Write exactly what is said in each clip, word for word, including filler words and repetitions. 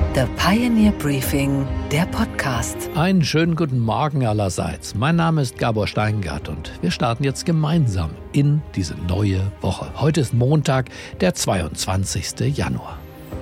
The Pioneer Briefing, der Podcast. Einen schönen guten Morgen allerseits. Mein Name ist Gabor Steingart und wir starten jetzt gemeinsam in diese neue Woche. Heute ist Montag, der zweiundzwanzigsten Januar.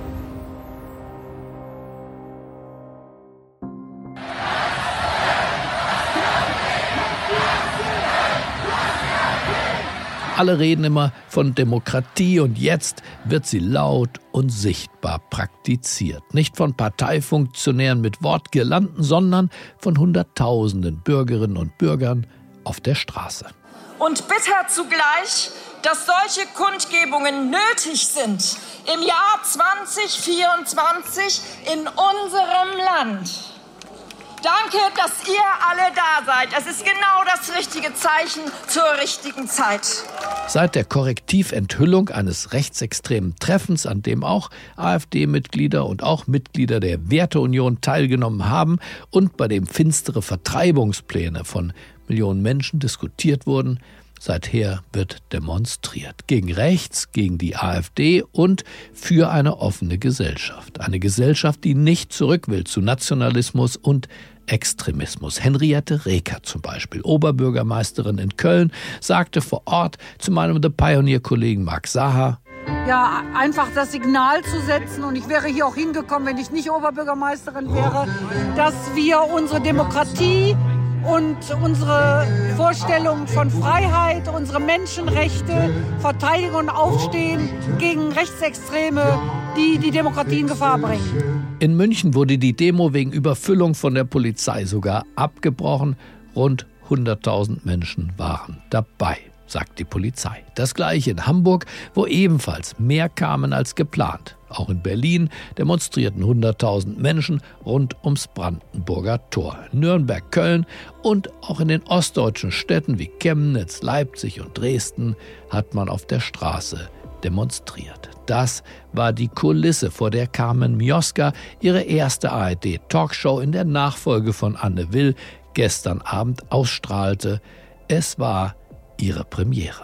Alle reden immer von Demokratie und jetzt wird sie laut und sichtbar praktiziert. Nicht von Parteifunktionären mit Wortgirlanden, sondern von Hunderttausenden Bürgerinnen und Bürgern auf der Straße. Und bitter zugleich, dass solche Kundgebungen nötig sind im Jahr zwanzig vierundzwanzig in unserem Land. Danke, dass ihr alle da seid. Es ist genau das richtige Zeichen zur richtigen Zeit. Seit der Korrektiventhüllung eines rechtsextremen Treffens, an dem auch AfD-Mitglieder und auch Mitglieder der Werteunion teilgenommen haben und bei dem finstere Vertreibungspläne von Millionen Menschen diskutiert wurden, seither wird demonstriert. Gegen rechts, gegen die AfD und für eine offene Gesellschaft. Eine Gesellschaft, die nicht zurück will zu Nationalismus und Extremismus. Henriette Reker zum Beispiel, Oberbürgermeisterin in Köln, sagte vor Ort zu meinem The Pioneer-Kollegen Mark Saha: Ja, einfach das Signal zu setzen, und ich wäre hier auch hingekommen, wenn ich nicht Oberbürgermeisterin wäre, dass wir unsere Demokratie und unsere Vorstellungen von Freiheit, unsere Menschenrechte verteidigen und aufstehen gegen Rechtsextreme, die die Demokratie in Gefahr bringen. In München wurde die Demo wegen Überfüllung von der Polizei sogar abgebrochen. Rund hunderttausend Menschen waren dabei, sagt die Polizei. Das gleiche in Hamburg, wo ebenfalls mehr kamen als geplant. Auch in Berlin demonstrierten hunderttausend Menschen rund ums Brandenburger Tor. Nürnberg, Köln und auch in den ostdeutschen Städten wie Chemnitz, Leipzig und Dresden hat man auf der Straße demonstriert. Das war die Kulisse, vor der Carmen Mioska ihre erste A R D-Talkshow in der Nachfolge von Anne Will gestern Abend ausstrahlte. Es war ihre Premiere.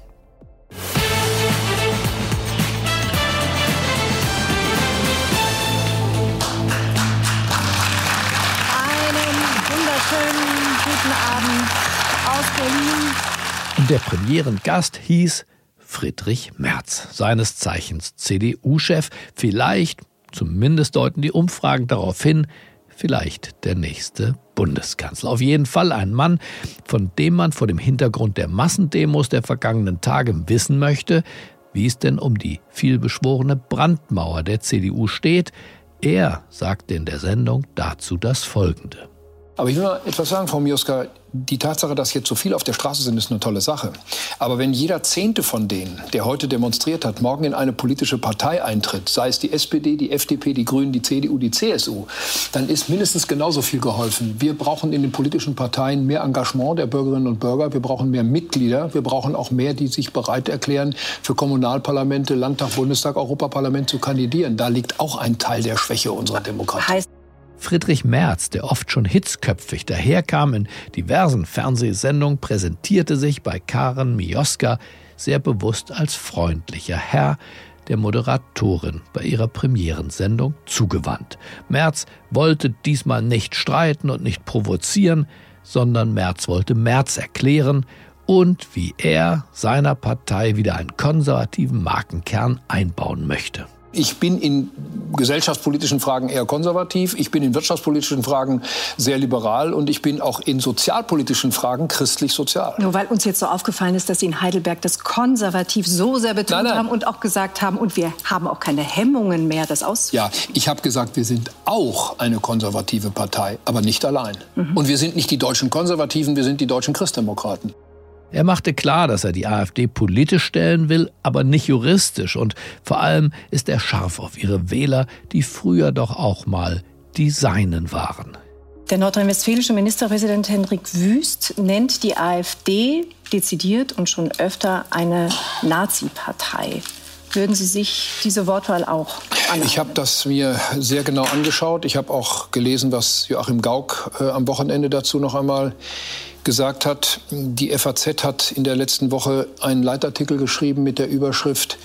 Einen wunderschönen guten Abend aus Berlin. Und der Premierengast hieß Friedrich Merz, seines Zeichens C D U-Chef, vielleicht, zumindest deuten die Umfragen darauf hin, vielleicht der nächste Bundeskanzler. Auf jeden Fall ein Mann, von dem man vor dem Hintergrund der Massendemos der vergangenen Tage wissen möchte, wie es denn um die vielbeschworene Brandmauer der C D U steht. Er sagte in der Sendung dazu das Folgende: Aber ich will mal etwas sagen, Frau Mioska. Die Tatsache, dass jetzt so viele auf der Straße sind, ist eine tolle Sache. Aber wenn jeder Zehnte von denen, der heute demonstriert hat, morgen in eine politische Partei eintritt, sei es die S P D, die F D P, die Grünen, die C D U, die C S U, dann ist mindestens genauso viel geholfen. Wir brauchen in den politischen Parteien mehr Engagement der Bürgerinnen und Bürger. Wir brauchen mehr Mitglieder. Wir brauchen auch mehr, die sich bereit erklären, für Kommunalparlamente, Landtag, Bundestag, Europaparlament zu kandidieren. Da liegt auch ein Teil der Schwäche unserer Demokratie. Heißt Friedrich Merz, der oft schon hitzköpfig daherkam in diversen Fernsehsendungen, präsentierte sich bei Carmen Mioska sehr bewusst als freundlicher Herr, der Moderatorin bei ihrer Premierensendung zugewandt. Merz wollte diesmal nicht streiten und nicht provozieren, sondern Merz wollte Merz erklären und wie er seiner Partei wieder einen konservativen Markenkern einbauen möchte. Ich bin in gesellschaftspolitischen Fragen eher konservativ, ich bin in wirtschaftspolitischen Fragen sehr liberal und ich bin auch in sozialpolitischen Fragen christlich-sozial. Nur weil uns jetzt so aufgefallen ist, dass Sie in Heidelberg das konservativ so sehr betont nein, nein. haben und auch gesagt haben, und wir haben auch keine Hemmungen mehr, das auszuführen. Ja, ich habe gesagt, wir sind auch eine konservative Partei, aber nicht allein. Mhm. Und wir sind nicht die deutschen Konservativen, wir sind die deutschen Christdemokraten. Er machte klar, dass er die AfD politisch stellen will, aber nicht juristisch. Und vor allem ist er scharf auf ihre Wähler, die früher doch auch mal die Seinen waren. Der nordrhein-westfälische Ministerpräsident Hendrik Wüst nennt die AfD dezidiert und schon öfter eine Nazi-Partei. Würden Sie sich diese Wortwahl auch anhören? Ich habe das mir sehr genau angeschaut. Ich habe auch gelesen, was Joachim Gauck äh, am Wochenende dazu noch einmal gesagt hat. Die F A Z hat in der letzten Woche einen Leitartikel geschrieben mit der Überschrift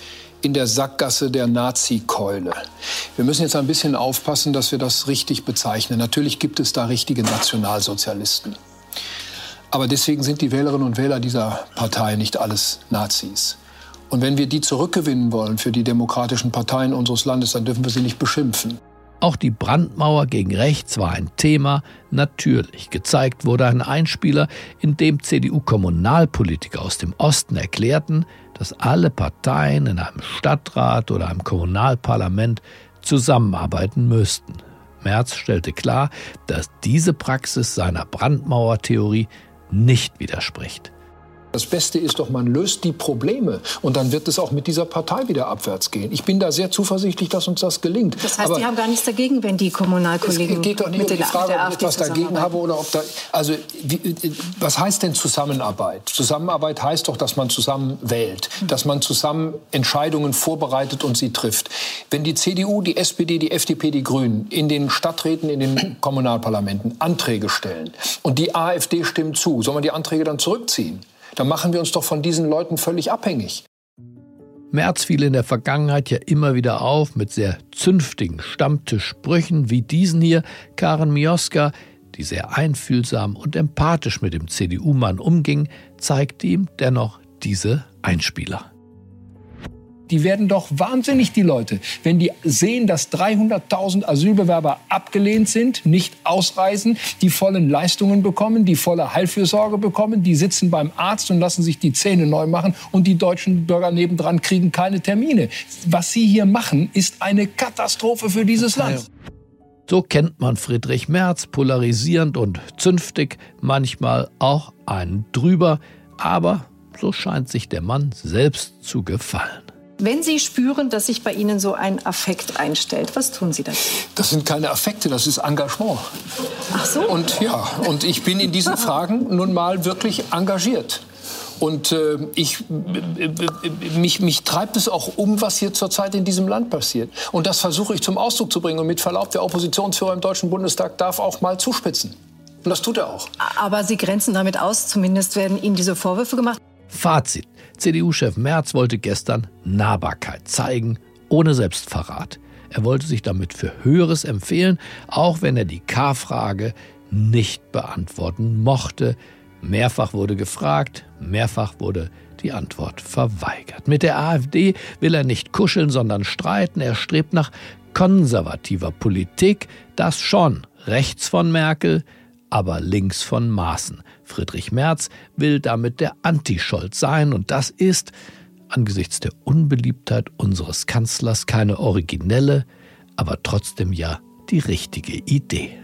in der Sackgasse der Nazi-Keule. Wir müssen jetzt ein bisschen aufpassen, dass wir das richtig bezeichnen. Natürlich gibt es da richtige Nationalsozialisten. Aber deswegen sind die Wählerinnen und Wähler dieser Partei nicht alles Nazis. Und wenn wir die zurückgewinnen wollen für die demokratischen Parteien unseres Landes, dann dürfen wir sie nicht beschimpfen. Auch die Brandmauer gegen rechts war ein Thema. Natürlich, gezeigt wurde ein Einspieler, in dem C D U-Kommunalpolitiker aus dem Osten erklärten, dass alle Parteien in einem Stadtrat oder einem Kommunalparlament zusammenarbeiten müssten. Merz stellte klar, dass diese Praxis seiner Brandmauertheorie nicht widerspricht. Das Beste ist doch, man löst die Probleme und dann wird es auch mit dieser Partei wieder abwärts gehen. Ich bin da sehr zuversichtlich, dass uns das gelingt. Das heißt, Aber Sie haben gar nichts dagegen, wenn die Kommunalkollegen es geht doch nicht mit um die der, Frage, der ob ich etwas dagegen habe oder ob da. Also wie, was heißt denn Zusammenarbeit? Zusammenarbeit heißt doch, dass man zusammen wählt, dass man zusammen Entscheidungen vorbereitet und sie trifft. Wenn die C D U, die S P D, die F D P, die Grünen in den Stadträten, in den Kommunalparlamenten Anträge stellen und die AfD stimmt zu, soll man die Anträge dann zurückziehen? Dann machen wir uns doch von diesen Leuten völlig abhängig. Merz fiel in der Vergangenheit ja immer wieder auf mit sehr zünftigen Stammtischsprüchen wie diesen hier. Karen Mioska, die sehr einfühlsam und empathisch mit dem C D U-Mann umging, zeigte ihm dennoch diese Einspieler. Die werden doch wahnsinnig, die Leute, wenn die sehen, dass dreihunderttausend Asylbewerber abgelehnt sind, nicht ausreisen, die vollen Leistungen bekommen, die volle Heilfürsorge bekommen, die sitzen beim Arzt und lassen sich die Zähne neu machen und die deutschen Bürger nebendran kriegen keine Termine. Was sie hier machen, ist eine Katastrophe für dieses Land. So kennt man Friedrich Merz, polarisierend und zünftig, manchmal auch einen drüber, aber so scheint sich der Mann selbst zu gefallen. Wenn Sie spüren, dass sich bei Ihnen so ein Affekt einstellt, was tun Sie dazu? Das sind keine Affekte, das ist Engagement. Ach so? Und ja, und ich bin in diesen Fragen nun mal wirklich engagiert. Und äh, ich, äh, mich, mich treibt es auch um, was hier zurzeit in diesem Land passiert. Und das versuche ich zum Ausdruck zu bringen. Und mit Verlaub, der Oppositionsführer im Deutschen Bundestag darf auch mal zuspitzen. Und das tut er auch. Aber Sie grenzen damit aus, zumindest werden Ihnen diese Vorwürfe gemacht. Fazit. C D U-Chef Merz wollte gestern Nahbarkeit zeigen, ohne Selbstverrat. Er wollte sich damit für Höheres empfehlen, auch wenn er die K-Frage nicht beantworten mochte. Mehrfach wurde gefragt, mehrfach wurde die Antwort verweigert. Mit der AfD will er nicht kuscheln, sondern streiten. Er strebt nach konservativer Politik, das schon, rechts von Merkel, aber links von Maaßen. Friedrich Merz will damit der Anti-Scholz sein und das ist, angesichts der Unbeliebtheit unseres Kanzlers, keine originelle, aber trotzdem ja die richtige Idee.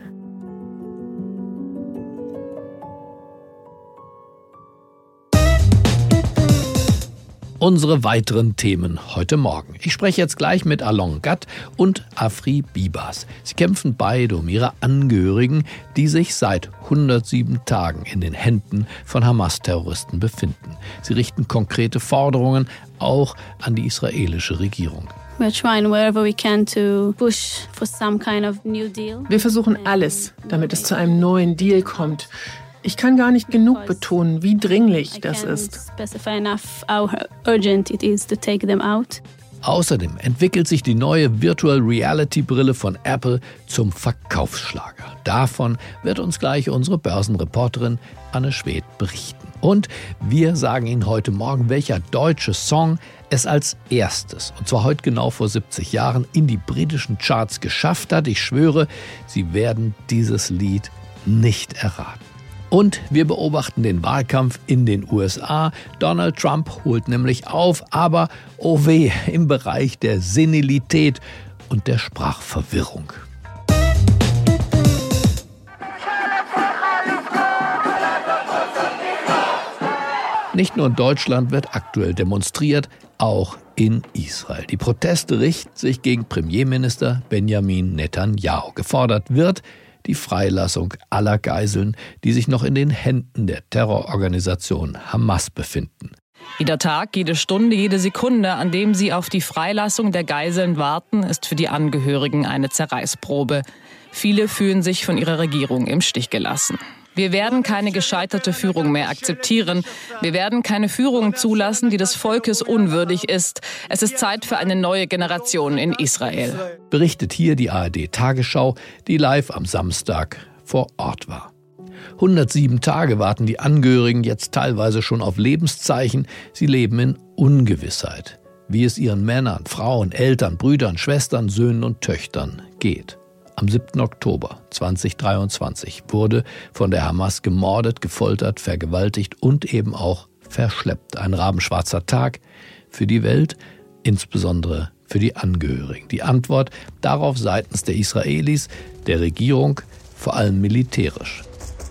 Unsere weiteren Themen heute Morgen. Ich spreche jetzt gleich mit Alon Gatt und Afri Bibas. Sie kämpfen beide um ihre Angehörigen, die sich seit hundertsieben Tagen in den Händen von Hamas-Terroristen befinden. Sie richten konkrete Forderungen auch an die israelische Regierung. Wir versuchen alles, damit es zu einem neuen Deal kommt. Ich kann gar nicht genug betonen, wie dringlich das ist. Außerdem entwickelt sich die neue Virtual Reality Brille von Apple zum Verkaufsschlager. Davon wird uns gleich unsere Börsenreporterin Anne Schwedt berichten. Und wir sagen Ihnen heute Morgen, welcher deutsche Song es als erstes, und zwar heute genau vor siebzig Jahren, in die britischen Charts geschafft hat. Ich schwöre, Sie werden dieses Lied nicht erraten. Und wir beobachten den Wahlkampf in den U S A. Donald Trump holt nämlich auf, aber oh weh, im Bereich der Senilität und der Sprachverwirrung. Nicht nur in Deutschland wird aktuell demonstriert, auch in Israel. Die Proteste richten sich gegen Premierminister Benjamin Netanyahu. Gefordert wird die Freilassung aller Geiseln, die sich noch in den Händen der Terrororganisation Hamas befinden. Jeder Tag, jede Stunde, jede Sekunde, an dem sie auf die Freilassung der Geiseln warten, ist für die Angehörigen eine Zerreißprobe. Viele fühlen sich von ihrer Regierung im Stich gelassen. Wir werden keine gescheiterte Führung mehr akzeptieren. Wir werden keine Führung zulassen, die des Volkes unwürdig ist. Es ist Zeit für eine neue Generation in Israel. Berichtet hier die A R D-Tagesschau, die live am Samstag vor Ort war. hundertsieben Tage warten die Angehörigen jetzt teilweise schon auf Lebenszeichen. Sie leben in Ungewissheit, wie es ihren Männern, Frauen, Eltern, Brüdern, Schwestern, Söhnen und Töchtern geht. Am siebten Oktober zweitausenddreiundzwanzig wurde von der Hamas gemordet, gefoltert, vergewaltigt und eben auch verschleppt. Ein rabenschwarzer Tag für die Welt, insbesondere für die Angehörigen. Die Antwort darauf seitens der Israelis, der Regierung, vor allem militärisch.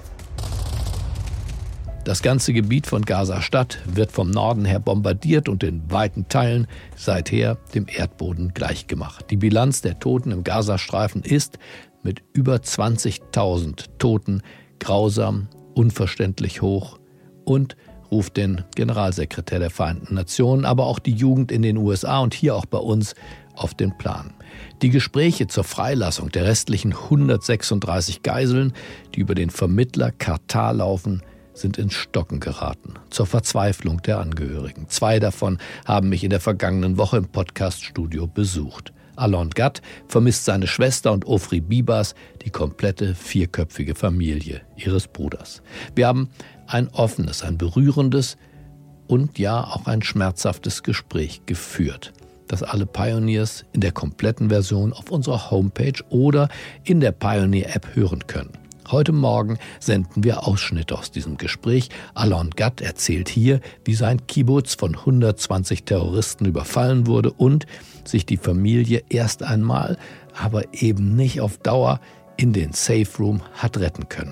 Das ganze Gebiet von Gaza-Stadt wird vom Norden her bombardiert und in weiten Teilen seither dem Erdboden gleichgemacht. Die Bilanz der Toten im Gazastreifen ist mit über zwanzigtausend Toten grausam, unverständlich hoch und ruft den Generalsekretär der Vereinten Nationen, aber auch die Jugend in den U S A und hier auch bei uns auf den Plan. Die Gespräche zur Freilassung der restlichen hundertsechsunddreißig Geiseln, die über den Vermittler Katar laufen, sind ins Stocken geraten, zur Verzweiflung der Angehörigen. Zwei davon haben mich in der vergangenen Woche im Podcast-Studio besucht. Alon Gad vermisst seine Schwester und Ofri Bibas, die komplette vierköpfige Familie ihres Bruders. Wir haben ein offenes, ein berührendes und ja auch ein schmerzhaftes Gespräch geführt, das alle Pioneers in der kompletten Version auf unserer Homepage oder in der Pioneer-App hören können. Heute Morgen senden wir Ausschnitte aus diesem Gespräch. Alon Gad erzählt hier, wie sein Kibbutz von hundertzwanzig Terroristen überfallen wurde und sich die Familie erst einmal, aber eben nicht auf Dauer, in den Safe Room hat retten können.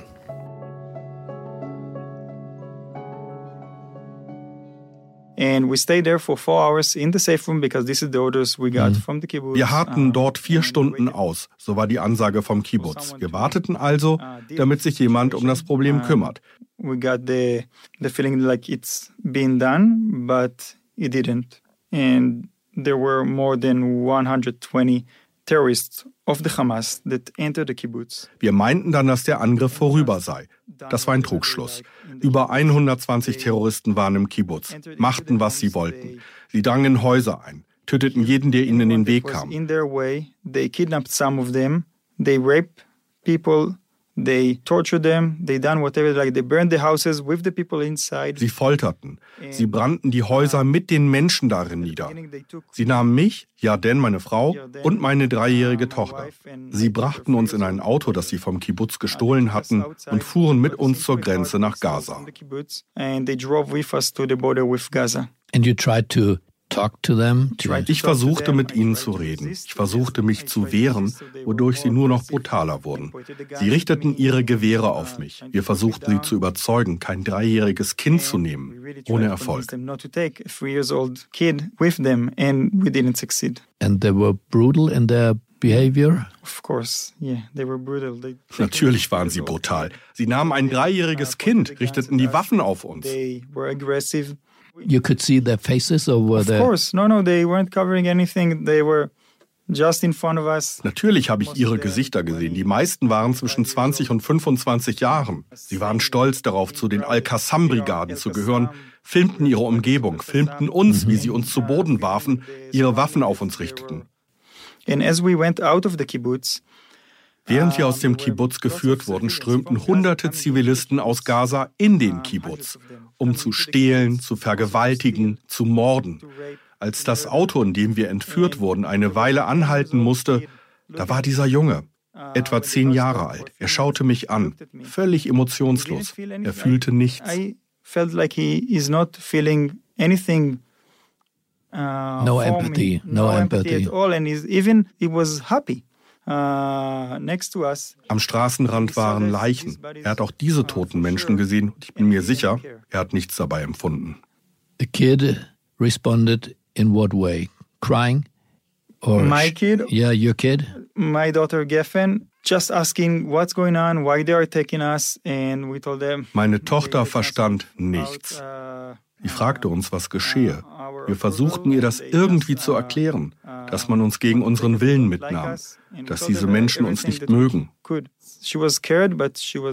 Wir harrten dort vier Stunden aus, so war die Ansage vom Kibbutz. Wir warteten also, damit sich jemand um das Problem kümmert. We got the the feeling like it's been done, but it didn't. And there were more than one hundred twenty terrorists of the Hamas that entered the kibbutz. Wir meinten dann, dass der Angriff vorüber sei. Das war ein Trugschluss. Über hundertzwanzig Terroristen waren im Kibbutz, machten, was sie wollten. Sie drangen in Häuser ein, töteten jeden, der ihnen in den Weg kam. In their way, they kidnapped some of them, they raped people. They tortured them, they done whatever, like they burned the houses with the people inside. Sie folterten. Sie brannten die Häuser mit den Menschen darin nieder. Sie nahmen mich, Yarden, meine Frau, und meine dreijährige Tochter. Sie brachten uns in ein Auto, das sie vom Kibbutz gestohlen hatten, und fuhren mit uns zur Grenze nach Gaza. And they drove with us to the border with Gaza. And you tried to talk to them? Ich versuchte, mit ihnen zu reden. Ich versuchte, mich zu wehren, wodurch sie nur noch brutaler wurden. Sie richteten ihre Gewehre auf mich. Wir versuchten, sie zu überzeugen, kein dreijähriges Kind zu nehmen. Ohne Erfolg. And they were brutal in their behavior? Of course, yeah, they were brutal. They, Natürlich waren sie brutal. Sie nahmen ein dreijähriges Kind, richteten die Waffen auf uns. They were aggressive. You could see their faces, or were they? Of course, no, no, they weren't covering anything. They were just in front of us. Natürlich habe ich ihre Gesichter gesehen. Die meisten waren zwischen zwanzig und fünfundzwanzig Jahren. Sie waren stolz darauf, zu den Al-Qassam-Brigaden zu gehören, filmten ihre Umgebung, filmten uns, wie sie uns zu Boden warfen, ihre Waffen auf uns richteten. And as we went out of the kibbutz, Während wir aus dem Kibbutz geführt wurden, strömten hunderte Zivilisten aus Gaza in den Kibbutz, um zu stehlen, zu vergewaltigen, zu morden. Als das Auto, in dem wir entführt wurden, eine Weile anhalten musste, da war dieser Junge, etwa zehn Jahre alt. Er schaute mich an, völlig emotionslos. Er fühlte nichts. I felt like he is not feeling anything. Uh, no empathy, no, no empathy. empathy at all, and he's, even he was happy. Uh, next to us. Am Straßenrand waren Leichen. Er hat auch diese toten Menschen gesehen und ich bin mir sicher, er hat nichts dabei empfunden. The kid responded in what way? Crying? Or My kid? Yeah, your kid? My daughter Geffen, just asking what's going on, why they are taking us, and we told them. Meine Tochter verstand nichts. Sie fragte uns, was geschehe. Wir versuchten ihr das irgendwie zu erklären, dass man uns gegen unseren Willen mitnahm, dass diese Menschen uns nicht mögen.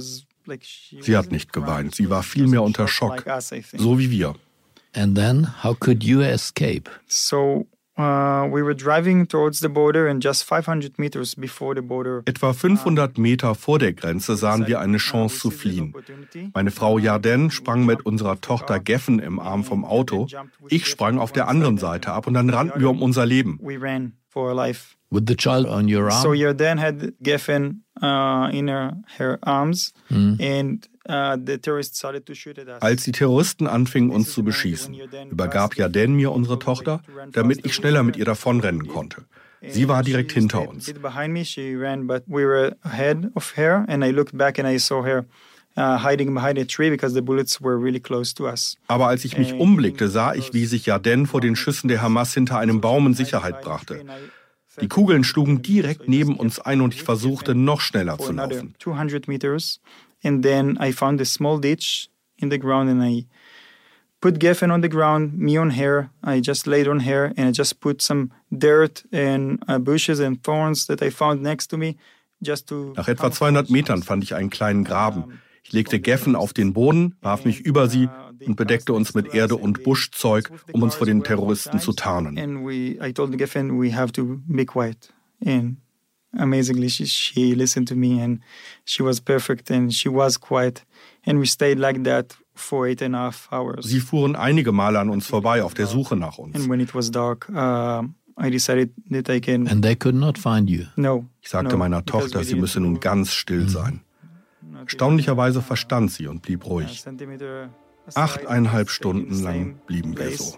Sie hat nicht geweint, sie war vielmehr unter Schock, so wie wir. And then, how could you escape? So uh, we were driving towards the border and just five hundred meters before the border. Etwa fünfhundert Meter vor der Grenze sahen wir eine Chance zu fliehen. Meine Frau Yarden sprang mit unserer Tochter Geffen im Arm vom Auto. Ich sprang auf der anderen Seite ab und dann rannten wir um unser Leben. We ran for our life. With the child on your arm? So Yarden had Geffen uh, in her, her arms mm. and uh, the terrorists started to shoot at us. Als die Terroristen anfingen, uns zu beschießen, übergab Yarden mir unsere Tochter, damit ich schneller mit ihr davonrennen konnte. Sie war direkt hinter uns. Behind me, she ran, but we were ahead of her, and I looked back and I saw her uh, hiding behind a tree because the bullets were really close to us. Aber als ich mich umblickte, sah ich, wie sich Yarden vor den Schüssen der Hamas hinter einem Baum in Sicherheit brachte. Die Kugeln schlugen direkt neben uns ein und ich versuchte, noch schneller zu laufen. two hundred meters, and then I found a small ditch in the ground and I put Geffen on the ground, me on her. I just laid on her and I just put some dirt and uh, bushes and thorns that I found next to me, just to. Nach etwa zweihundert Metern fand ich einen kleinen Graben. Ich legte Geffen auf den Boden, warf mich über sie und bedeckte uns mit Erde und Buschzeug, um uns vor den Terroristen zu tarnen. And we, I told Geffen, we have to be quiet. And amazingly, she, she listened to me and she was perfect and she was quiet. And we stayed like that for eight and a half hours. Sie fuhren einige Male an uns vorbei auf der Suche nach uns. And when it was dark, uh, I decided that I can. And they could not find you. No. Ich sagte no, meiner Tochter, sie müsse nun ganz still sein. Erstaunlicherweise verstand sie und blieb ruhig. Achteinhalb Stunden lang blieben wir so.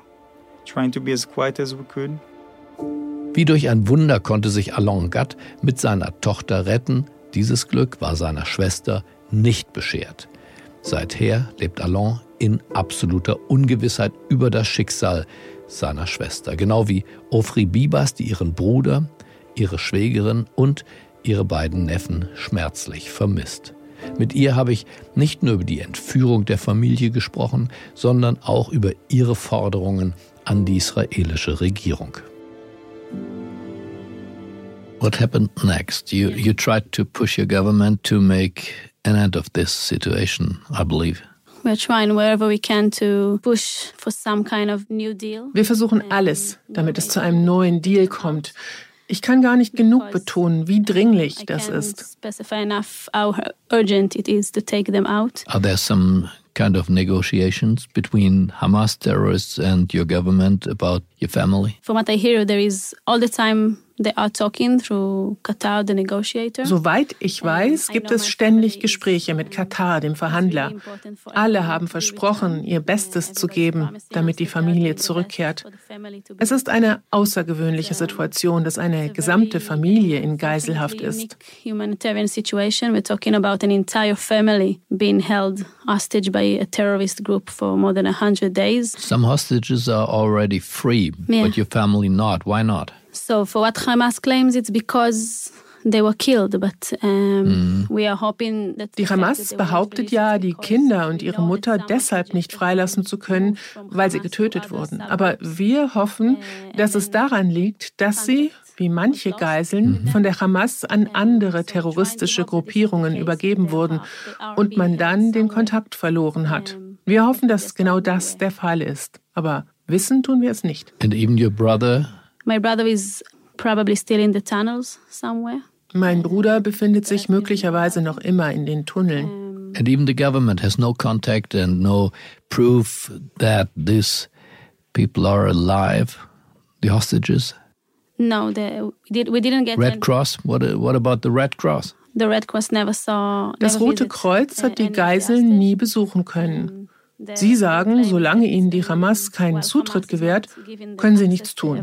Wie durch ein Wunder konnte sich Alain Gatt mit seiner Tochter retten. Dieses Glück war seiner Schwester nicht beschert. Seither lebt Alain in absoluter Ungewissheit über das Schicksal seiner Schwester. Genau wie Ofri Bibas, die ihren Bruder, ihre Schwägerin und ihre beiden Neffen schmerzlich vermisst. Mit ihr habe ich nicht nur über die Entführung der Familie gesprochen, sondern auch über ihre Forderungen an die israelische Regierung. What happened next? You, you tried to push your government to make an end of this situation, I believe. We're trying wherever we can to push for some kind of new deal. Wir versuchen alles, damit es zu einem neuen Deal kommt. Ich kann gar nicht genug betonen, wie dringlich das ist. Are there some kind of negotiations between Hamas terrorists and your government about your family? From what I hear, there is all the time they are talking through Qatar, the negotiator. Soweit ich weiß, gibt es ständig Gespräche mit Katar, dem Verhandler. Alle haben versprochen, ihr Bestes zu geben, damit die Familie zurückkehrt. Es ist eine außergewöhnliche Situation, dass eine gesamte Familie in Geiselhaft ist. Humanitarian situation. We're talking about an entire family being held hostage by a terrorist group for more than a hundred days. Some hostages are already free, yeah. But your family not. Why not? So for what Hamas claims, it's because they were killed, but um, mm. we are hoping that. Die Hamas behauptet ja, die Kinder und ihre Mutter deshalb nicht freilassen zu können, weil sie getötet wurden. Aber wir hoffen, dass es daran liegt, dass sie, wie manche Geiseln, mhm. von der Hamas an andere terroristische Gruppierungen übergeben wurden und man dann den Kontakt verloren hat. Wir hoffen, dass genau das der Fall ist. Aber wissen tun wir es nicht. And even your brother? My brother is probably still in the tunnels somewhere. Mein Bruder befindet sich möglicherweise noch immer in den Tunneln. And even the government has no contact and no proof that these people are alive, the hostages? No, the, we didn't get... Red Cross? What, what about the Red Cross? The Red Cross never saw... Das Rote Kreuz hat die Geiseln nie besuchen können. Sie sagen, solange ihnen die Hamas keinen Zutritt gewährt, können sie nichts tun.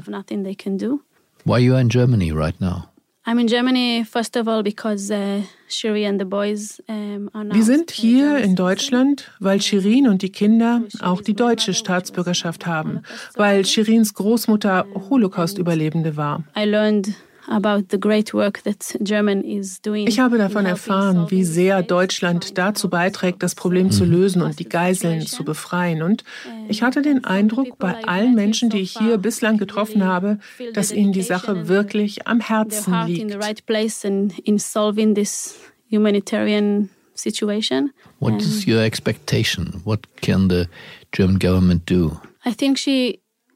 Why are you in Germany right now? I'm in Germany first of all because uh, Shiri and the boys um, are now. Wir sind hier in Deutschland, weil Shirin und die Kinder auch die deutsche Staatsbürgerschaft haben, weil Shirins Großmutter Holocaust-Überlebende war. I learned about the great work that German is doing. Ich habe davon erfahren, wie sehr Deutschland dazu beiträgt, das Problem zu lösen und die Geiseln zu befreien. Und ich hatte den Eindruck, bei allen Menschen, die ich hier bislang getroffen habe, dass ihnen die Sache wirklich am Herzen liegt. Humanitarian situation. What And is your expectation? What can the German government do? I think she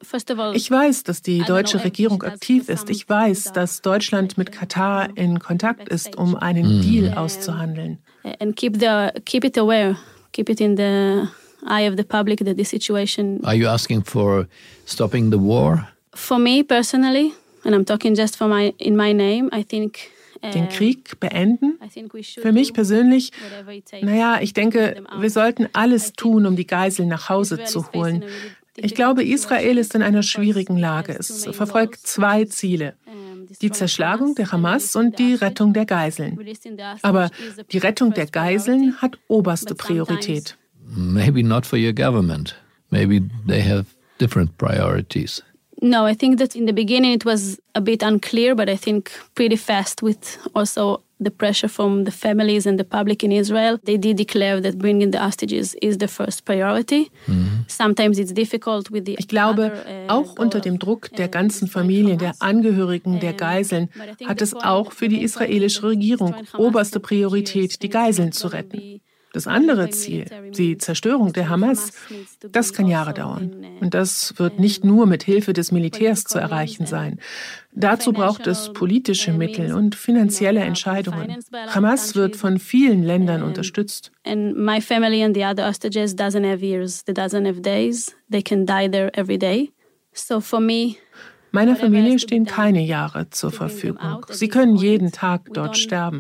Ich weiß, dass die deutsche Regierung aktiv ist. Ich weiß, dass Deutschland mit Katar in Kontakt ist, um einen Deal auszuhandeln. And keep the keep it aware, keep it in the eye of the public that the situation. Are you asking for stopping the war? For me personally, and I'm talking just for my in my name, I think. Den Krieg beenden? Für mich persönlich, naja, ich denke, wir sollten alles tun, um die Geiseln nach Hause zu holen. Ich glaube, Israel ist in einer schwierigen Lage. Es verfolgt zwei Ziele: die Zerschlagung der Hamas und die Rettung der Geiseln. Aber die Rettung der Geiseln hat oberste Priorität. Maybe not for your government. Maybe they have different priorities. No, I think that in the beginning it was a bit unclear, but I think pretty fast with also the pressure from the families and the public in Israel, they did declare that bringing the hostages is the first priority. Mhm. Sometimes it's difficult with the Ich glaube, other, uh, auch unter dem Druck der ganzen Familien, der Angehörigen der Geiseln, hat es auch für die israelische Regierung oberste Priorität, die Geiseln zu retten. Das andere Ziel, die Zerstörung der Hamas, das kann Jahre dauern. Und das wird nicht nur mit Hilfe des Militärs zu erreichen sein. Dazu braucht es politische Mittel und finanzielle Entscheidungen. Hamas wird von vielen Ländern unterstützt. And my family and the other hostages doesn't have years, they doesn't have days. They can die there every day. So for me, meiner Familie stehen keine Jahre zur Verfügung. Sie können jeden Tag dort sterben.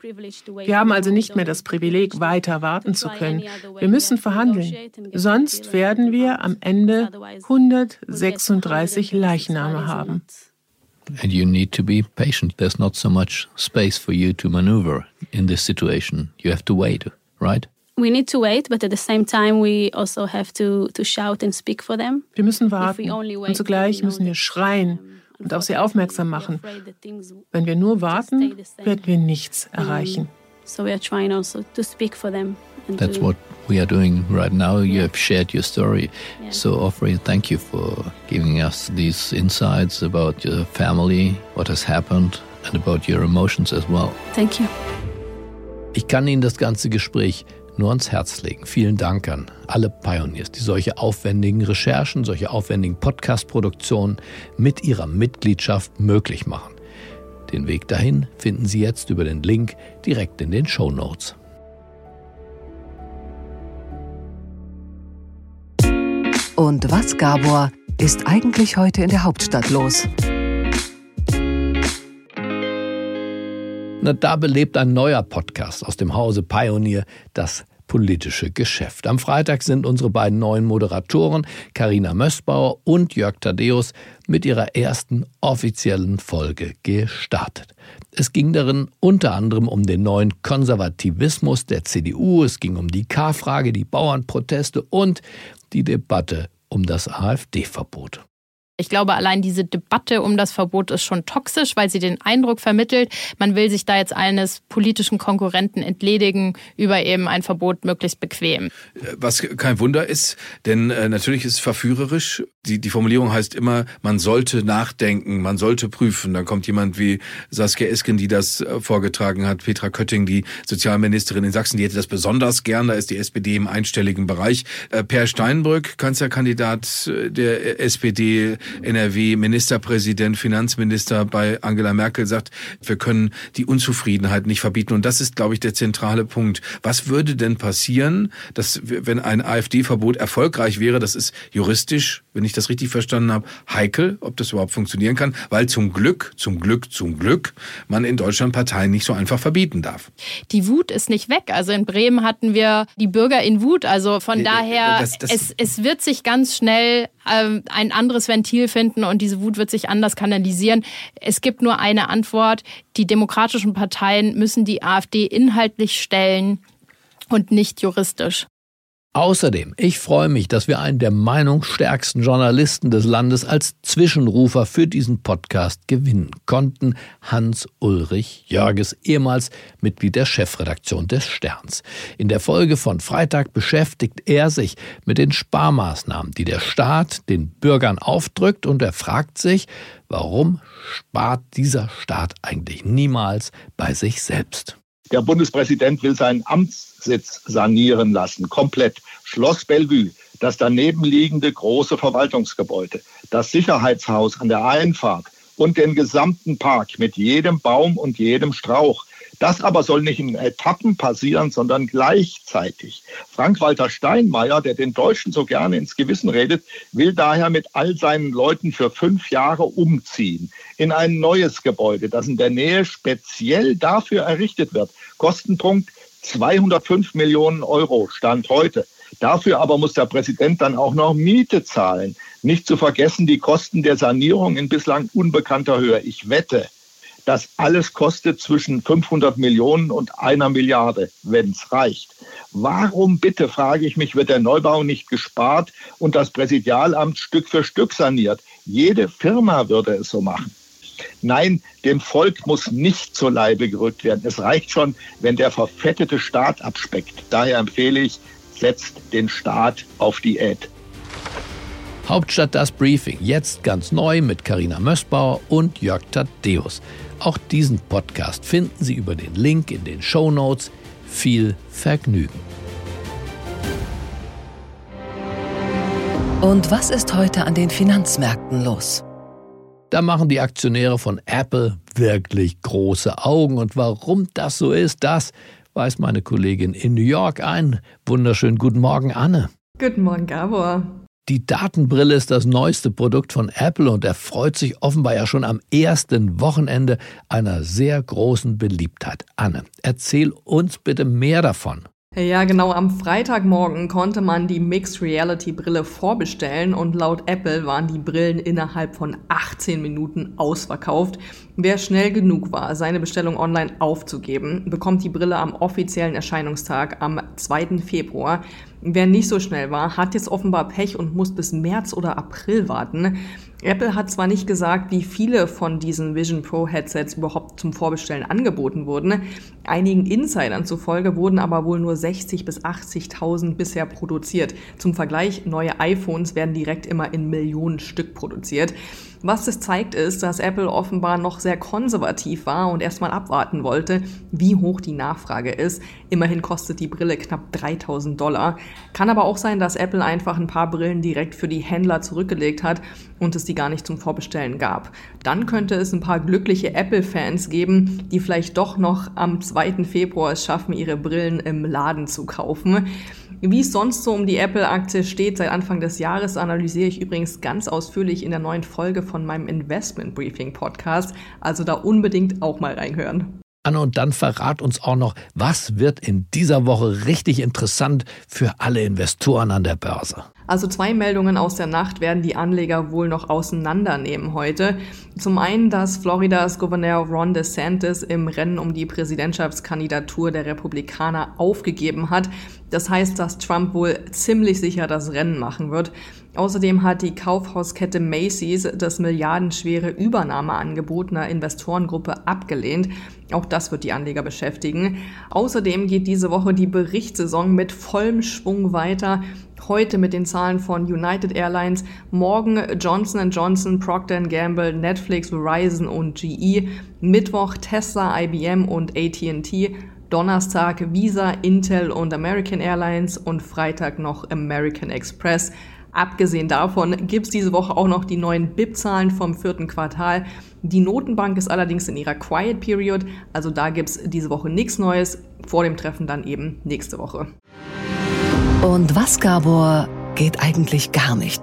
Wir haben also nicht mehr das Privileg, weiter warten zu können. Wir müssen verhandeln. Sonst werden wir am Ende hundertsechsunddreißig Leichname haben. And you need to be patient. There's not so much space for you to maneuver in this situation. You have to wait, right? We need to wait, but at the same time we also have to, to shout and speak for them. Wir müssen warten und zugleich müssen wir schreien und auf sie aufmerksam machen. Wenn wir nur warten, werden wir nichts erreichen. So we are trying also to speak for them. That's what we are doing right now. You have shared your story. So Ofri, thank you for giving us these insights about your family, what has happened and about your emotions as well. Thank you. Ich kann Ihnen das ganze Gespräch nur ans Herz legen. Vielen Dank an alle Pioneers, die solche aufwendigen Recherchen, solche aufwendigen Podcast-Produktionen mit ihrer Mitgliedschaft möglich machen. Den Weg dahin finden Sie jetzt über den Link direkt in den Shownotes. Und was, Gabor, ist eigentlich heute in der Hauptstadt los? Na, da belebt ein neuer Podcast aus dem Hause Pioneer das politische Geschäft. Am Freitag sind unsere beiden neuen Moderatoren Carina Mössbauer und Jörg Thaddeus mit ihrer ersten offiziellen Folge gestartet. Es ging darin unter anderem um den neuen Konservativismus der C D U, es ging um die K-Frage, die Bauernproteste und die Debatte um das AfD-Verbot. Ich glaube, allein diese Debatte um das Verbot ist schon toxisch, weil sie den Eindruck vermittelt, man will sich da jetzt eines politischen Konkurrenten entledigen über eben ein Verbot möglichst bequem. Was kein Wunder ist, denn äh, natürlich ist es verführerisch. Die, die Formulierung heißt immer, man sollte nachdenken, man sollte prüfen. Dann kommt jemand wie Saskia Esken, die das äh, vorgetragen hat, Petra Kötting, die Sozialministerin in Sachsen, die hätte das besonders gern, da ist die S P D im einstelligen Bereich. Äh, Per Steinbrück, Kanzlerkandidat der S P D, N R W, Ministerpräsident, Finanzminister bei Angela Merkel, sagt, wir können die Unzufriedenheit nicht verbieten. Und das ist, glaube ich, der zentrale Punkt. Was würde denn passieren, dass, wenn ein AfD-Verbot erfolgreich wäre? Das ist juristisch, wenn ich das richtig verstanden habe, heikel, ob das überhaupt funktionieren kann, weil zum Glück, zum Glück, zum Glück man in Deutschland Parteien nicht so einfach verbieten darf. Die Wut ist nicht weg. Also in Bremen hatten wir die Bürger in Wut. Also von daher, das, das es, es wird sich ganz schnell ähm, ein anderes Ventil finden und diese Wut wird sich anders kanalisieren. Es gibt nur eine Antwort. Die demokratischen Parteien müssen die AfD inhaltlich stellen und nicht juristisch. Außerdem, ich freue mich, dass wir einen der meinungsstärksten Journalisten des Landes als Zwischenrufer für diesen Podcast gewinnen konnten. Hans-Ulrich Jörges, ehemals Mitglied der Chefredaktion des Sterns. In der Folge von Freitag beschäftigt er sich mit den Sparmaßnahmen, die der Staat den Bürgern aufdrückt, und er fragt sich, warum spart dieser Staat eigentlich niemals bei sich selbst? Der Bundespräsident will seinen Amtssitz sanieren lassen, komplett. Schloss Bellevue, das daneben liegende große Verwaltungsgebäude, das Sicherheitshaus an der Einfahrt und den gesamten Park mit jedem Baum und jedem Strauch. Das aber soll nicht in Etappen passieren, sondern gleichzeitig. Frank-Walter Steinmeier, der den Deutschen so gerne ins Gewissen redet, will daher mit all seinen Leuten für fünf Jahre umziehen in ein neues Gebäude, das in der Nähe speziell dafür errichtet wird. Kostenpunkt zweihundertfünf Millionen Euro, Stand heute. Dafür aber muss der Präsident dann auch noch Miete zahlen. Nicht zu vergessen die Kosten der Sanierung in bislang unbekannter Höhe. Ich wette, das alles kostet zwischen fünfhundert Millionen und einer Milliarde, wenn es reicht. Warum bitte, frage ich mich, wird der Neubau nicht gespart und das Präsidialamt Stück für Stück saniert? Jede Firma würde es so machen. Nein, dem Volk muss nicht zur Leibe gerückt werden. Es reicht schon, wenn der verfettete Staat abspeckt. Daher empfehle ich, setzt den Staat auf Diät. Hauptstadt das Briefing, jetzt ganz neu mit Carina Mössbauer und Jörg Thaddäus. Auch diesen Podcast finden Sie über den Link in den Shownotes. Viel Vergnügen. Und was ist heute an den Finanzmärkten los? Da machen die Aktionäre von Apple wirklich große Augen. Und warum das so ist, das weiß meine Kollegin in New York. Einen wunderschönen guten Morgen, Anne. Guten Morgen, Gabor. Die Datenbrille ist das neueste Produkt von Apple und erfreut sich offenbar ja schon am ersten Wochenende einer sehr großen Beliebtheit. Anne, erzähl uns bitte mehr davon. Ja, genau. Am Freitagmorgen konnte man die Mixed Reality Brille vorbestellen und laut Apple waren die Brillen innerhalb von achtzehn Minuten ausverkauft. Wer schnell genug war, seine Bestellung online aufzugeben, bekommt die Brille am offiziellen Erscheinungstag am zweiten Februar. Wer nicht so schnell war, hat jetzt offenbar Pech und muss bis März oder April warten. Apple hat zwar nicht gesagt, wie viele von diesen Vision Pro Headsets überhaupt zum Vorbestellen angeboten wurden. Einigen Insidern zufolge wurden aber wohl nur sechzig bis achtzigtausend bisher produziert. Zum Vergleich, neue iPhones werden direkt immer in Millionen Stück produziert. Was das zeigt, ist, dass Apple offenbar noch sehr konservativ war und erstmal abwarten wollte, wie hoch die Nachfrage ist. Immerhin kostet die Brille knapp dreitausend Dollar. Kann aber auch sein, dass Apple einfach ein paar Brillen direkt für die Händler zurückgelegt hat und es die gar nicht zum Vorbestellen gab. Dann könnte es ein paar glückliche Apple-Fans geben, die vielleicht doch noch am zweiten Februar es schaffen, ihre Brillen im Laden zu kaufen. Wie es sonst so um die Apple-Aktie steht seit Anfang des Jahres, analysiere ich übrigens ganz ausführlich in der neuen Folge von meinem Investment Briefing Podcast. Also da unbedingt auch mal reinhören. Anne, und dann verrat uns auch noch, was wird in dieser Woche richtig interessant für alle Investoren an der Börse? Also zwei Meldungen aus der Nacht werden die Anleger wohl noch auseinandernehmen heute. Zum einen, dass Floridas Gouverneur Ron DeSantis im Rennen um die Präsidentschaftskandidatur der Republikaner aufgegeben hat. Das heißt, dass Trump wohl ziemlich sicher das Rennen machen wird. Außerdem hat die Kaufhauskette Macy's das milliardenschwere Übernahmeangebot einer Investorengruppe abgelehnt. Auch das wird die Anleger beschäftigen. Außerdem geht diese Woche die Berichtssaison mit vollem Schwung weiter. Heute mit den Zahlen von United Airlines, morgen Johnson and Johnson, Procter and Gamble, Netflix, Verizon und G E, Mittwoch Tesla, I B M und A T and T, Donnerstag Visa, Intel und American Airlines und Freitag noch American Express. Abgesehen davon gibt es diese Woche auch noch die neuen B I P-Zahlen vom vierten Quartal. Die Notenbank ist allerdings in ihrer Quiet Period, also da gibt es diese Woche nichts Neues, vor dem Treffen dann eben nächste Woche. Und was, Gabor, geht eigentlich gar nicht?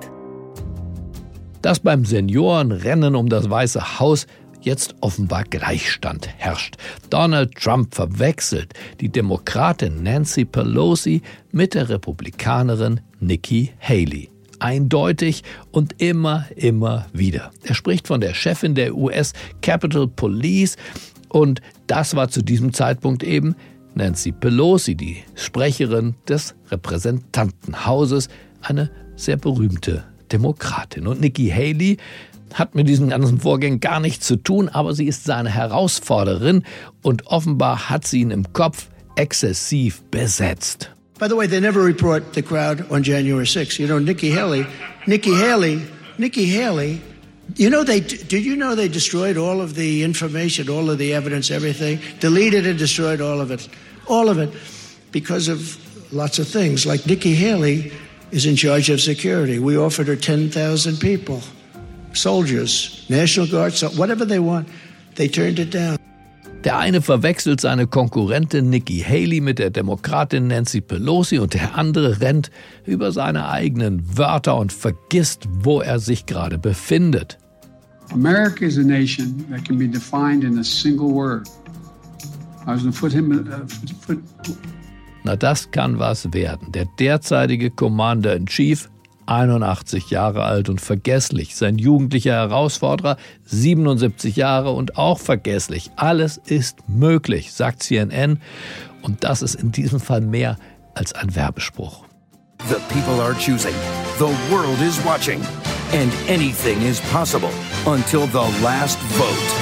Dass beim Seniorenrennen um das Weiße Haus jetzt offenbar Gleichstand herrscht. Donald Trump verwechselt die Demokratin Nancy Pelosi mit der Republikanerin Nikki Haley. Eindeutig und immer, immer wieder. Er spricht von der Chefin der U S Capitol Police und das war zu diesem Zeitpunkt eben Nancy Pelosi, die Sprecherin des Repräsentantenhauses, eine sehr berühmte Demokratin. Und Nikki Haley hat mit diesen ganzen Vorgängen gar nichts zu tun, aber sie ist seine Herausforderin und offenbar hat sie ihn im Kopf exzessiv besetzt. By the way, they never report the crowd on January sixth. You know, Nikki Haley, Nikki Haley, Nikki Haley You know, they did you know they destroyed all of the information, all of the evidence, everything, deleted and destroyed all of it, all of it, because of lots of things. Like Nikki Haley is in charge of security. We offered her ten thousand people, soldiers, National Guard, whatever they want. They turned it down. Der eine verwechselt seine Konkurrentin Nikki Haley mit der Demokratin Nancy Pelosi und der andere rennt über seine eigenen Wörter und vergisst, wo er sich gerade befindet. America is a nation that can be defined in a single word. I was going to put him uh, put, put. Na, das kann was werden. Der derzeitige Commander-in-Chief, einundachtzig Jahre alt und vergesslich. Sein jugendlicher Herausforderer, siebenundsiebzig Jahre und auch vergesslich. Alles ist möglich, sagt C N N. Und das ist in diesem Fall mehr als ein Werbespruch. The people are choosing. The world is watching. And anything is possible until the last vote.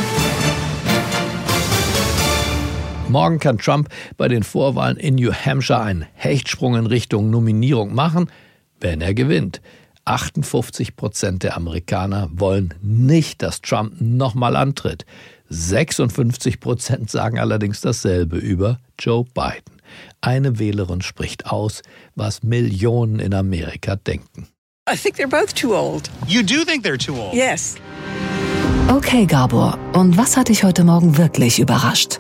Morgen kann Trump bei den Vorwahlen in New Hampshire einen Hechtsprung in Richtung Nominierung machen, wenn er gewinnt. achtundfünfzig Prozent der Amerikaner wollen nicht, dass Trump nochmal antritt. sechsundfünfzig Prozent sagen allerdings dasselbe über Joe Biden. Eine Wählerin spricht aus, was Millionen in Amerika denken. I think they're both too old. You do think they're too old? Yes. Okay, Gabor. Und was hat dich heute Morgen wirklich überrascht?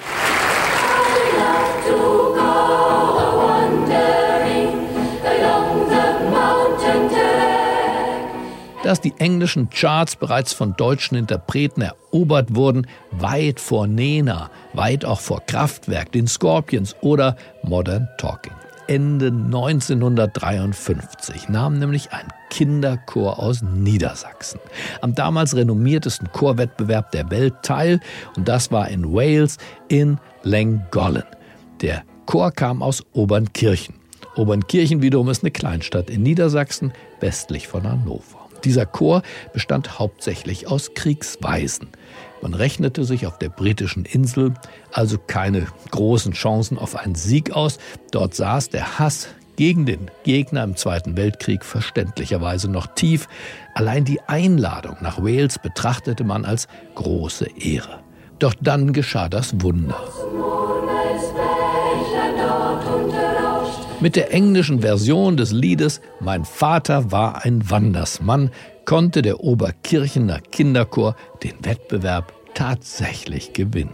Dass die englischen Charts bereits von deutschen Interpreten erobert wurden, weit vor Nena, weit auch vor Kraftwerk, den Scorpions oder Modern Talking. Ende neunzehnhundertdreiundfünfzig nahm nämlich ein Kinderchor aus Niedersachsen am damals renommiertesten Chorwettbewerb der Welt teil, und das war in Wales in Llangollen. Der Chor kam aus Obernkirchen. Obernkirchen wiederum ist eine Kleinstadt in Niedersachsen, westlich von Hannover. Dieser Chor bestand hauptsächlich aus Kriegswaisen. Man rechnete sich auf der britischen Insel also keine großen Chancen auf einen Sieg aus. Dort saß der Hass gegen den Gegner im Zweiten Weltkrieg verständlicherweise noch tief. Allein die Einladung nach Wales betrachtete man als große Ehre. Doch dann geschah das Wunder. Mit der englischen Version des Liedes »Mein Vater war ein Wandersmann« konnte der Obernkirchener Kinderchor den Wettbewerb tatsächlich gewinnen.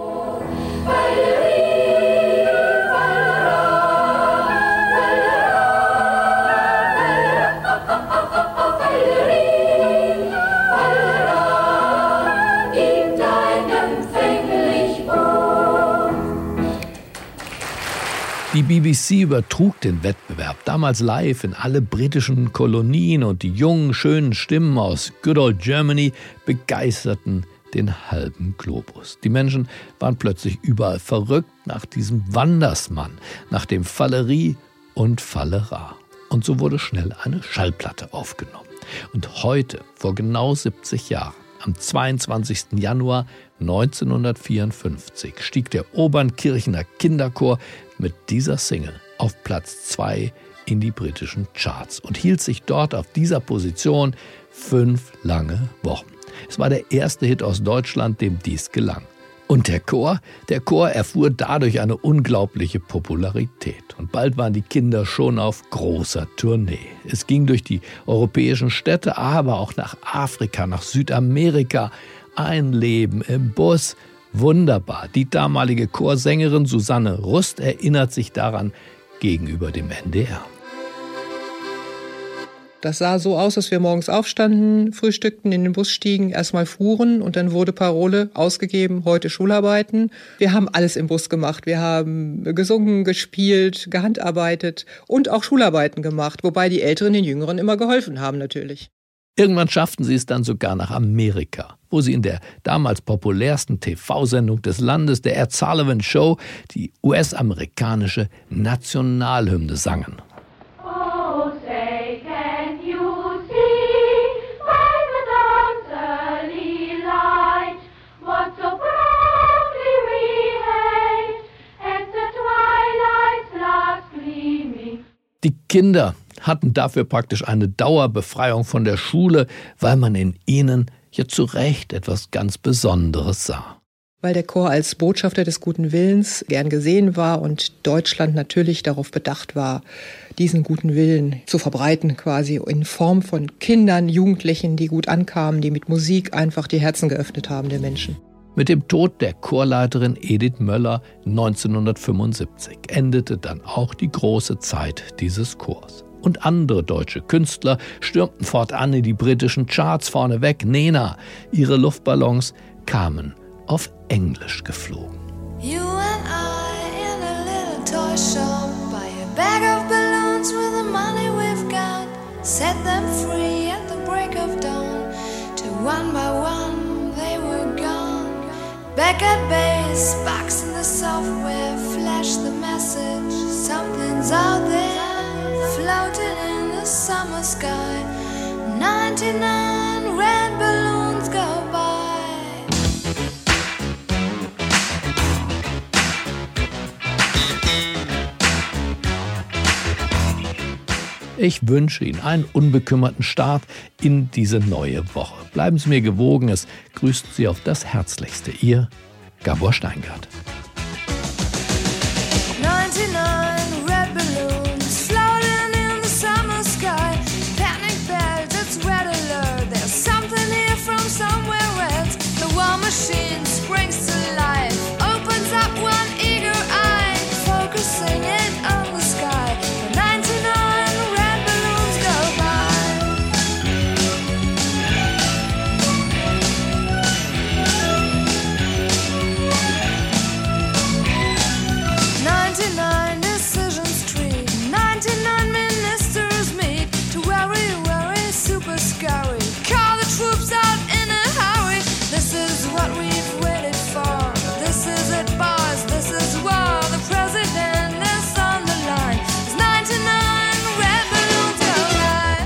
Die B B C übertrug den Wettbewerb damals live in alle britischen Kolonien, und die jungen, schönen Stimmen aus Good Old Germany begeisterten den halben Globus. Die Menschen waren plötzlich überall verrückt nach diesem Wandersmann, nach dem Fallerie und Fallera. Und so wurde schnell eine Schallplatte aufgenommen. Und heute, vor genau siebzig Jahren, am zweiundzwanzigsten Januar neunzehnhundertvierundfünfzig, stieg der Obernkirchener Kinderchor mit dieser Single auf Platz zwei in die britischen Charts und hielt sich dort auf dieser Position fünf lange Wochen. Es war der erste Hit aus Deutschland, dem dies gelang. Und der Chor? Der Chor erfuhr dadurch eine unglaubliche Popularität. Und bald waren die Kinder schon auf großer Tournee. Es ging durch die europäischen Städte, aber auch nach Afrika, nach Südamerika. Ein Leben im Bus. Wunderbar. Die damalige Chorsängerin Susanne Rust erinnert sich daran gegenüber dem N D R. Das sah so aus, dass wir morgens aufstanden, frühstückten, in den Bus stiegen, erstmal fuhren und dann wurde Parole ausgegeben, heute Schularbeiten. Wir haben alles im Bus gemacht. Wir haben gesungen, gespielt, gehandarbeitet und auch Schularbeiten gemacht, wobei die Älteren den Jüngeren immer geholfen haben natürlich. Irgendwann schafften sie es dann sogar nach Amerika, wo sie in der damals populärsten T V-Sendung des Landes, der Ed Sullivan Show, die U S-amerikanische Nationalhymne sangen. Die Kinder hatten dafür praktisch eine Dauerbefreiung von der Schule, weil man in ihnen ja zu Recht etwas ganz Besonderes sah. Weil der Chor als Botschafter des guten Willens gern gesehen war und Deutschland natürlich darauf bedacht war, diesen guten Willen zu verbreiten, quasi in Form von Kindern, Jugendlichen, die gut ankamen, die mit Musik einfach die Herzen geöffnet haben der Menschen. Mit dem Tod der Chorleiterin Edith Möller neunzehnhundertfünfundsiebzig endete dann auch die große Zeit dieses Chors. Und andere deutsche Künstler stürmten fortan in die britischen Charts vorneweg. Nena, ihre Luftballons kamen auf Englisch geflogen. You and I in a little toy shop, buy a bag of balloons with the money we've got, set them free at the break of dawn, till one by one they were gone. Back at base, box in the software, flash the message, something's out there, floating in the summer sky. ninety-nine red balloons go by. Ich wünsche Ihnen einen unbekümmerten Start in diese neue Woche. Bleiben Sie mir gewogen, es grüßt Sie auf das Herzlichste. Ihr Gabor Steingart. ninety-nine red balloons floating in the summer sky. Panic bells, it's red alert. There's something here from somewhere else. The war machine springs to life, opens up one eager eye, focusing it on the sky. ninety-nine red balloons go by. ninety-nine decisions tree, ninety-nine ministers meet to worry, worry, super scurry. Call the troops out in a hurry. This is what we've waited for. This is it, boys. This is war. The president is on the line. There's ninety-nine red balloons go by.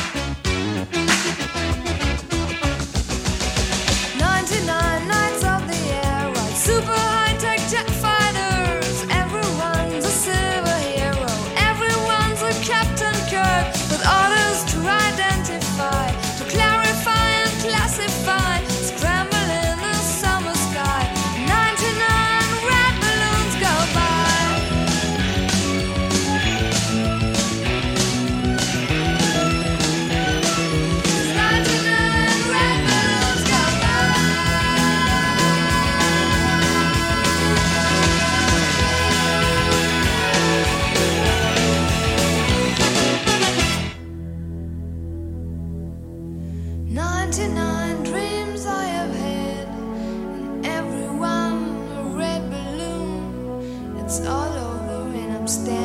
ninety-nine nights of the air, right? Super high-tech jet fighters. Everyone's a silver hero. Everyone's a Captain Kirk with orders to identify, to clarify and classify. Scramble in the summer sky. ninety-nine red balloons go by. ninety-nine red balloons go by. ninety-nine dreams I have had, and every one a red balloon. It's all over and I'm standing